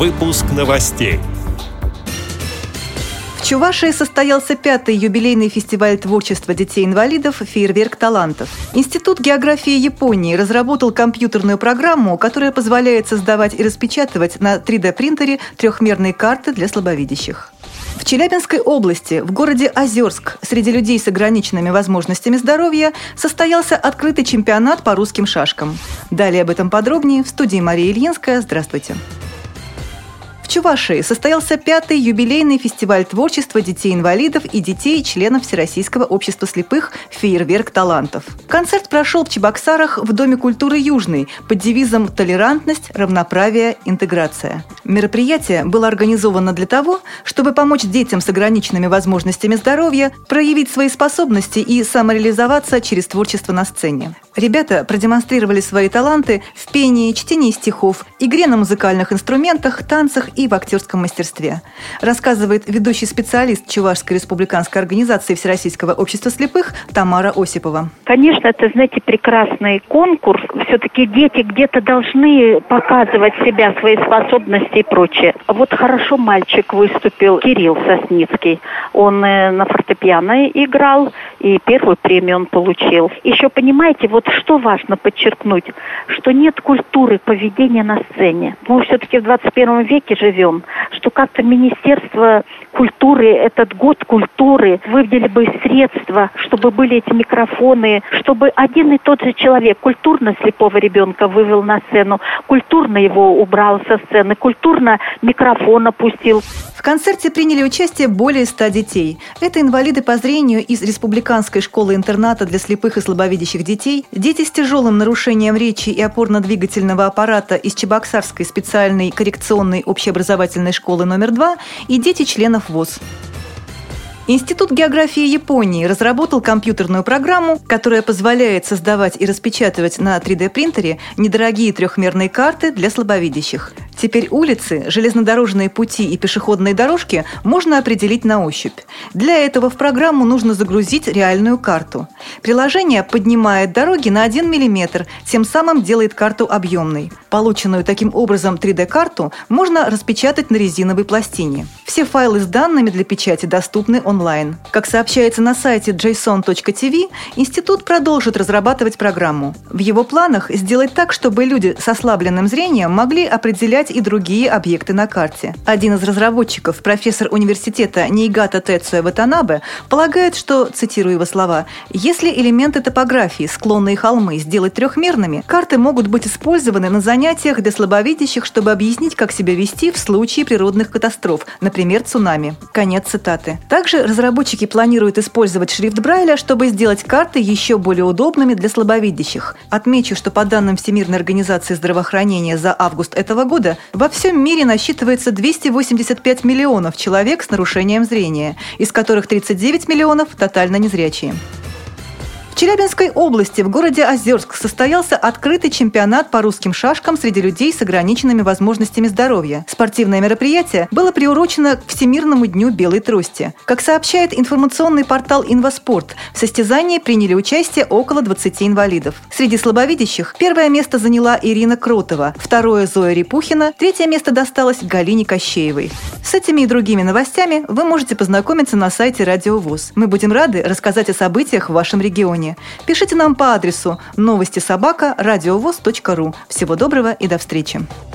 Выпуск новостей. В Чувашии состоялся 5-й юбилейный фестиваль творчества детей-инвалидов «Фейерверк талантов». Институт географии Японии разработал компьютерную программу, которая позволяет создавать и распечатывать на 3D-принтере трехмерные карты для слабовидящих. В Челябинской области, в городе Озерск, среди людей с ограниченными возможностями здоровья состоялся открытый чемпионат по русским шашкам. Далее об этом подробнее в студии Мария Ильинская. Здравствуйте. В Чувашии состоялся 5-й юбилейный фестиваль творчества детей-инвалидов и детей, членов Всероссийского общества слепых «Фейерверк талантов». Концерт прошел в Чебоксарах в Доме культуры «Южный» под девизом «Толерантность, равноправие, интеграция». Мероприятие было организовано для того, чтобы помочь детям с ограниченными возможностями здоровья проявить свои способности и самореализоваться через творчество на сцене. Ребята продемонстрировали свои таланты в пении, чтении стихов, игре на музыкальных инструментах, танцах и в актерском мастерстве. Рассказывает ведущий специалист Чувашской республиканской организации Всероссийского общества слепых Тамара Осипова. Конечно, это, знаете, прекрасный конкурс. Все-таки дети где-то должны показывать себя, свои способности и прочее. Вот хорошо мальчик выступил, Кирилл Сосницкий. Он на фортепиано играл, и первую премию он получил. Еще, понимаете, вот что важно подчеркнуть, что нет культуры поведения на сцене. Мы все-таки в 21 веке живем, что как-то Министерство культуры, этот год культуры, выделили бы средства, чтобы были эти микрофоны, чтобы один и тот же человек культурно слепого ребенка вывел на сцену, культурно его убрал со сцены, культурно микрофон опустил. В концерте приняли участие более 100 детей. Это инвалиды по зрению из Республиканской школы-интерната для слепых и слабовидящих детей, дети с тяжелым нарушением речи и опорно-двигательного аппарата из Чебоксарской специальной коррекционной общеобразовательной школы номер 2 и дети членов ВОС. Институт географии Японии разработал компьютерную программу, которая позволяет создавать и распечатывать на 3D-принтере недорогие трехмерные карты для слабовидящих. Теперь улицы, железнодорожные пути и пешеходные дорожки можно определить на ощупь. Для этого в программу нужно загрузить реальную карту. Приложение поднимает дороги на 1 мм, тем самым делает карту объемной. Полученную таким образом 3D-карту можно распечатать на резиновой пластине. Все файлы с данными для печати доступны онлайн. Как сообщается на сайте json.tv, институт продолжит разрабатывать программу. В его планах сделать так, чтобы люди с ослабленным зрением могли определять и другие объекты на карте. Один из разработчиков, профессор университета Ниигата Тецуя Ватанабе, полагает, что, цитирую его слова, «если элементы топографии, склоны и холмы сделать трехмерными, карты могут быть использованы на занятиях для слабовидящих, чтобы объяснить, как себя вести в случае природных катастроф, например, цунами». Конец цитаты. Также разработчики планируют использовать шрифт Брайля, чтобы сделать карты еще более удобными для слабовидящих. Отмечу, что по данным Всемирной организации здравоохранения за август этого года во всем мире насчитывается 285 миллионов человек с нарушением зрения, из которых 39 миллионов тотально незрячие. В Челябинской области, в городе Озерск, состоялся открытый чемпионат по русским шашкам среди людей с ограниченными возможностями здоровья. Спортивное мероприятие было приурочено к Всемирному дню белой трости. Как сообщает информационный портал «Инваспорт», в состязании приняли участие около 20 инвалидов. Среди слабовидящих первое место заняла Ирина Кротова, второе – Зоя Репухина, третье место досталось Галине Кощеевой. С этими и другими новостями вы можете познакомиться на сайте Радио ВОС. Мы будем рады рассказать о событиях в вашем регионе. Пишите нам по адресу новости@радиовос.ру. Всего доброго и до встречи!